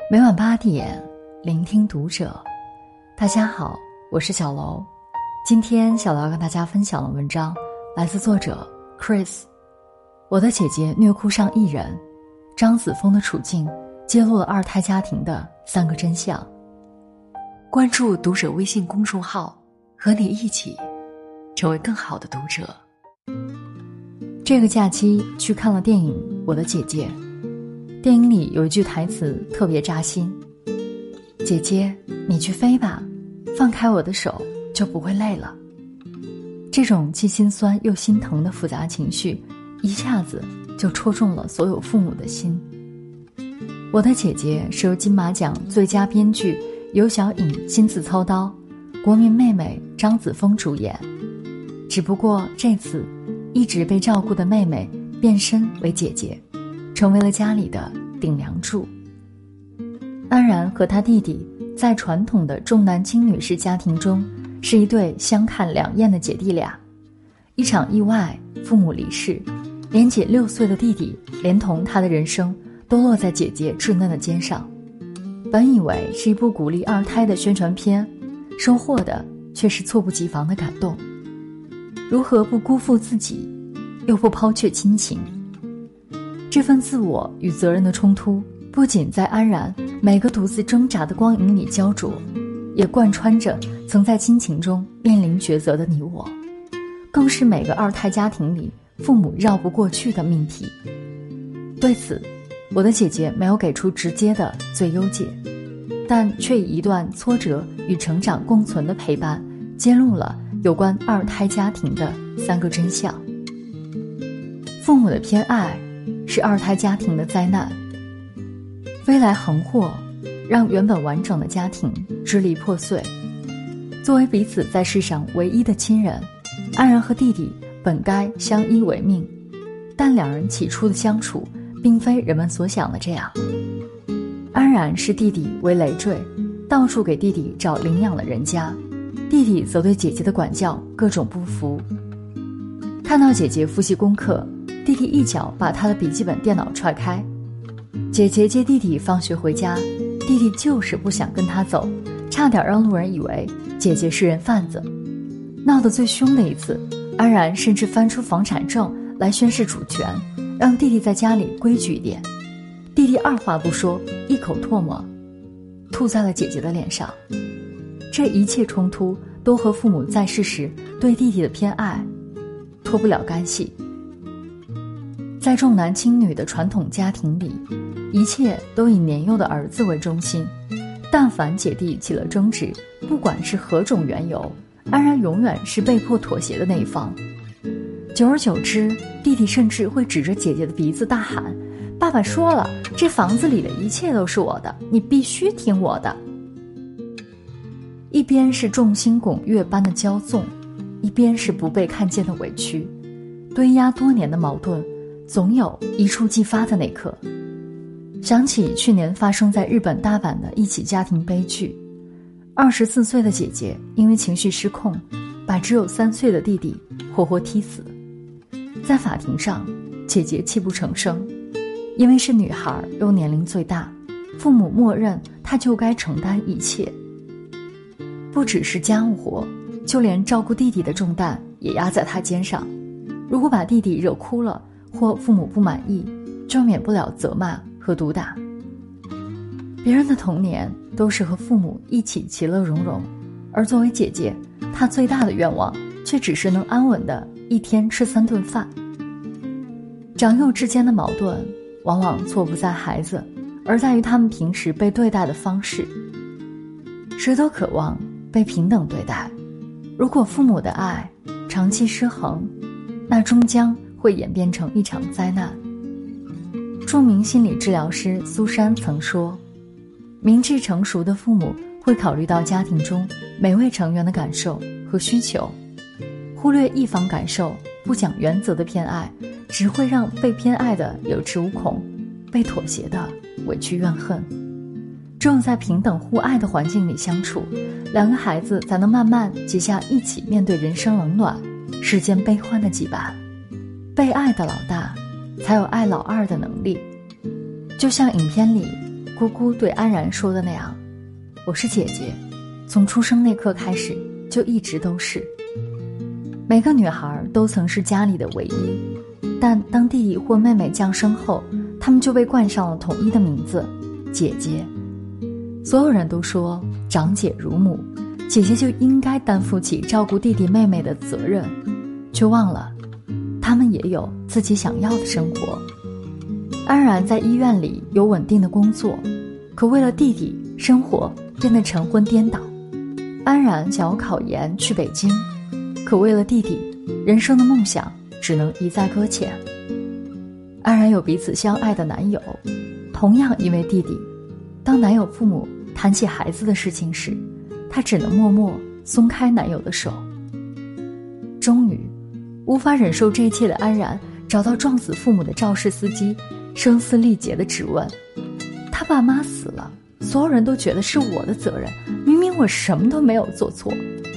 每晚8点，聆听读者。大家好，我是小楼。今天小楼要跟大家分享的文章来自作者 Chris。 我的姐姐虐哭上亿人，张子枫的处境揭露了二胎家庭的3个真相。关注读者微信公众号，和你一起成为更好的读者。这个假期去看了电影《我的姐姐》，电影里有一句台词特别扎心：姐姐，你去飞吧，放开我的手就不会累了。这种既心酸又心疼的复杂情绪一下子就戳中了所有父母的心。我的姐姐是由金马奖最佳编剧尤小颖亲自操刀，国民妹妹张子枫主演。只不过这次一直被照顾的妹妹变身为姐姐，成为了家里的顶梁柱。安然和他弟弟在传统的重男轻女式家庭中是一对相看两厌的姐弟俩。一场意外，父母离世，连姐6岁的弟弟连同他的人生都落在姐姐稚嫩的肩上。本以为是一部鼓励二胎的宣传片，收获的却是猝不及防的感动。如何不辜负自己，又不抛却亲情？这份自我与责任的冲突，不仅在安然每个独自挣扎的光影里焦灼，也贯穿着曾在亲情中面临抉择的你我，更是每个二胎家庭里父母绕不过去的命题。对此，我的姐姐没有给出直接的最优解，但却以一段挫折与成长共存的陪伴，揭露了有关二胎家庭的3个真相。父母的偏爱是二胎家庭的灾难，飞来横祸让原本完整的家庭支离破碎。作为彼此在世上唯一的亲人，安然和弟弟本该相依为命，但两人起初的相处并非人们所想的这样。安然视弟弟为累赘，到处给弟弟找领养的人家，弟弟则对姐姐的管教各种不服。看到姐姐复习功课，弟弟一脚把她的笔记本电脑踹开。姐姐接弟弟放学回家，弟弟就是不想跟她走，差点让路人以为姐姐是人贩子。闹得最凶的一次，安然甚至翻出房产证来宣示主权，让弟弟在家里规矩一点。弟弟二话不说，一口唾沫吐在了姐姐的脸上。这一切冲突都和父母在世时对弟弟的偏爱脱不了干系。在重男轻女的传统家庭里，一切都以年幼的儿子为中心，但凡姐弟起了争执，不管是何种缘由，安然永远是被迫妥协的那一方。久而久之，弟弟甚至会指着姐姐的鼻子大喊：爸爸说了，这房子里的一切都是我的，你必须听我的。一边是众星拱月般的骄纵，一边是不被看见的委屈，堆压多年的矛盾总有一触即发的那刻。想起去年发生在日本大阪的一起家庭悲剧，24岁的姐姐因为情绪失控，把只有3岁的弟弟活活踢死。在法庭上，姐姐泣不成声，因为是女孩又年龄最大，父母默认她就该承担一切。不只是家务活，就连照顾弟弟的重担也压在她肩上。如果把弟弟惹哭了，或父母不满意，就免不了责骂和毒打。别人的童年都是和父母一起其乐融融，而作为姐姐，她最大的愿望却只是能安稳的一天吃3顿饭。长幼之间的矛盾往往错不在孩子，而在于他们平时被对待的方式。谁都渴望被平等对待，如果父母的爱长期失衡，那终将会演变成一场灾难。著名心理治疗师苏珊曾说，明智成熟的父母会考虑到家庭中每位成员的感受和需求，忽略一方感受，不讲原则的偏爱，只会让被偏爱的有恃无恐，被妥协的委屈怨恨。只有在平等互爱的环境里相处，2个孩子才能慢慢结下一起面对人生冷暖、世间悲欢的羁绊。被爱的老大才有爱老二的能力。就像影片里姑姑对安然说的那样，我是姐姐，从出生那刻开始就一直都是。每个女孩都曾是家里的唯一，但当弟弟或妹妹降生后，她们就被冠上了统一的名字姐姐。所有人都说长姐如母，姐姐就应该担负起照顾弟弟妹妹的责任，却忘了她们也有自己想要的生活。安然在医院里有稳定的工作，可为了弟弟，生活变得晨昏颠倒。安然想要考研去北京，可为了弟弟，人生的梦想只能一再搁浅。安然有彼此相爱的男友，同样因为弟弟，当男友父母谈起孩子的事情时，她只能默默松开男友的手。终于，无法忍受这一切的安然找到撞死父母的肇事司机，声嘶力竭地质问：他爸妈死了，所有人都觉得是我的责任，明明我什么都没有做错。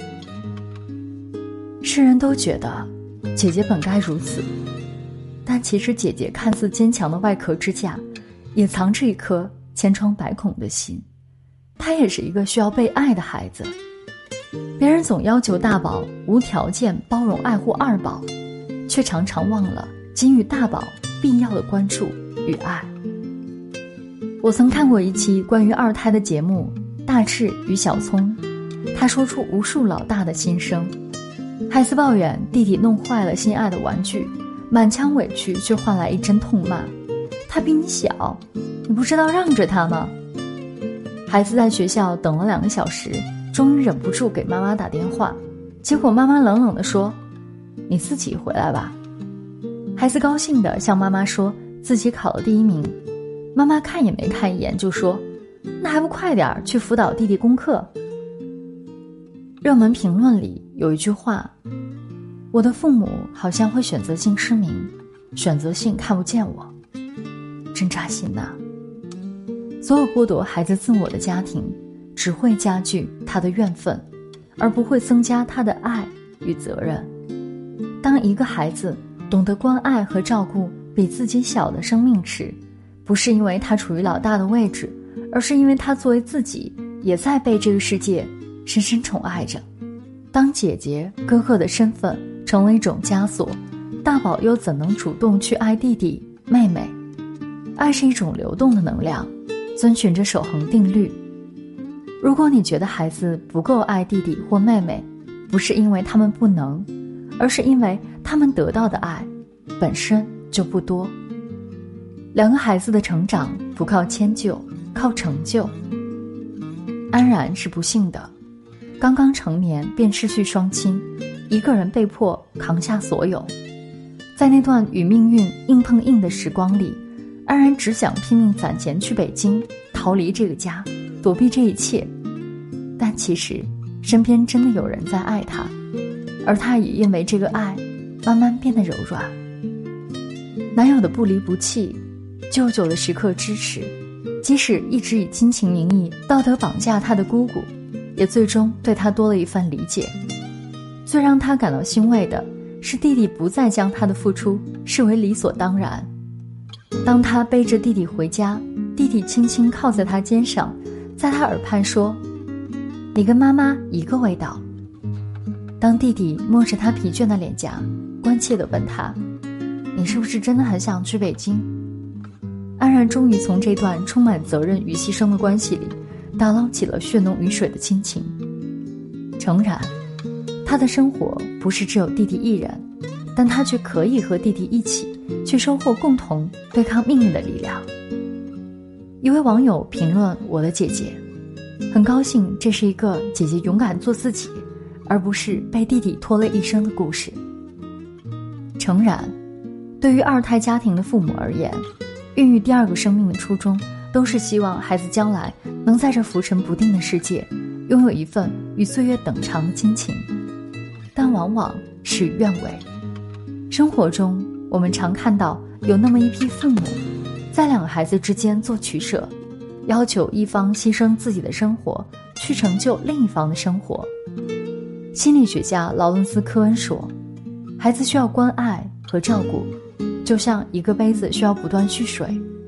世人都觉得姐姐本该如此，但其实姐姐看似坚强的外壳之下，也藏着一颗千疮百孔的心。她也是一个需要被爱的孩子。别人总要求大宝无条件包容爱护二宝，却常常忘了给予大宝必要的关注与爱。我曾看过一期关于二胎的节目《大智与小聪》，他说出无数老大的心声。孩子抱怨弟弟弄坏了心爱的玩具，满腔委屈却换来一阵痛骂：他比你小，你不知道让着他吗？孩子在学校等了2个小时，终于忍不住给妈妈打电话，结果妈妈冷冷地说：你自己回来吧。孩子高兴地向妈妈说自己考了第1名，妈妈看也没看一眼就说：那还不快点去辅导弟弟功课。热门评论里有一句话：我的父母好像会选择性失明，选择性看不见我。真扎心呐。所有剥夺孩子自我的家庭，只会加剧他的怨愤，而不会增加他的爱与责任。当一个孩子懂得关爱和照顾比自己小的生命时，不是因为他处于老大的位置，而是因为他作为自己也在被这个世界深深宠爱着。当姐姐哥哥的身份成为一种枷锁，大宝又怎能主动去爱弟弟妹妹？爱是一种流动的能量，遵循着守恒定律。如果你觉得孩子不够爱弟弟或妹妹，不是因为他们不能，而是因为他们得到的爱本身就不多。2个孩子的成长不靠迁就，靠成就。安然是不幸的，刚刚成年便失去双亲，一个人被迫扛下所有。在那段与命运硬碰硬的时光里，安然只想拼命攒钱去北京，逃离这个家，躲避这一切。但其实身边真的有人在爱他，而他也因为这个爱慢慢变得柔软。男友的不离不弃，舅舅的时刻支持，即使一直以亲情名义道德绑架他的姑姑，也最终对他多了一份理解。最让他感到欣慰的是，弟弟不再将他的付出视为理所当然。当他背着弟弟回家，弟弟轻轻靠在他肩上，在他耳畔说：你跟妈妈一个味道。当弟弟摸着他疲倦的脸颊，关切地问他：你是不是真的很想去北京？安然终于从这段充满责任与牺牲的关系里打捞起了血浓于水的亲情。诚然，他的生活不是只有弟弟一人，但他却可以和弟弟一起去收获共同对抗命运的力量。一位网友评论我的姐姐：很高兴这是一个姐姐勇敢做自己，而不是被弟弟拖累一生的故事。诚然，对于2胎家庭的父母而言，孕育第2个生命的初衷都是希望孩子将来能在这浮沉不定的世界拥有一份与岁月等长的亲情，但往往事与愿违。生活中我们常看到有那么一批父母在2个孩子之间做取舍，要求一方牺牲自己的生活去成就另一方的生活。心理学家劳伦斯·科恩说，孩子需要关爱和照顾，就像一个杯子需要不断蓄水。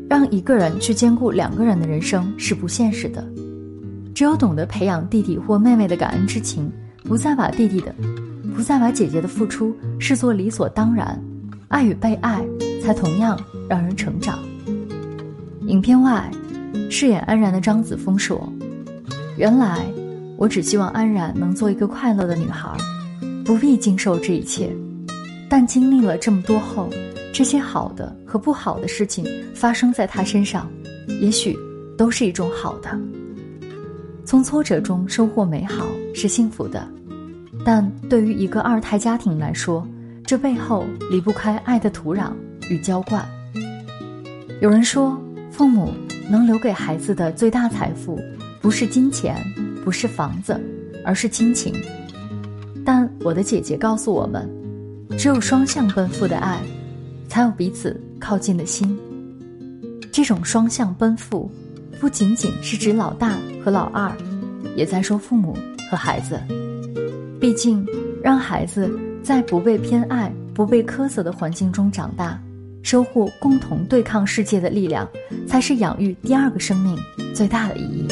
让一个人去兼顾两个人的人生是不现实的。只有懂得培养弟弟或妹妹的感恩之情，不再把姐姐的付出视作理所当然，爱与被爱才同样让人成长。影片外，饰演安然的张子枫说，原来我只希望安然能做一个快乐的女孩，不必经受这一切，但经历了这么多后，这些好的和不好的事情发生在她身上，也许都是一种好的。从挫折中收获美好是幸福的，但对于一个二胎家庭来说，这背后离不开爱的土壤与浇灌。有人说，父母能留给孩子的最大财富，不是金钱，不是房子，而是亲情。但我的姐姐告诉我们，只有双向奔赴的爱，才有彼此靠近的心。这种双向奔赴，不仅仅是指老大和老二，也在说父母和孩子。毕竟，让孩子在不被偏爱、不被苛责的环境中长大，收获共同对抗世界的力量，才是养育第二个生命最大的意义。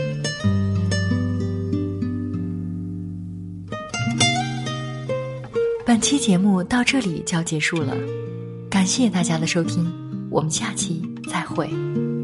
本期节目到这里就要结束了，感谢大家的收听，我们下期再会。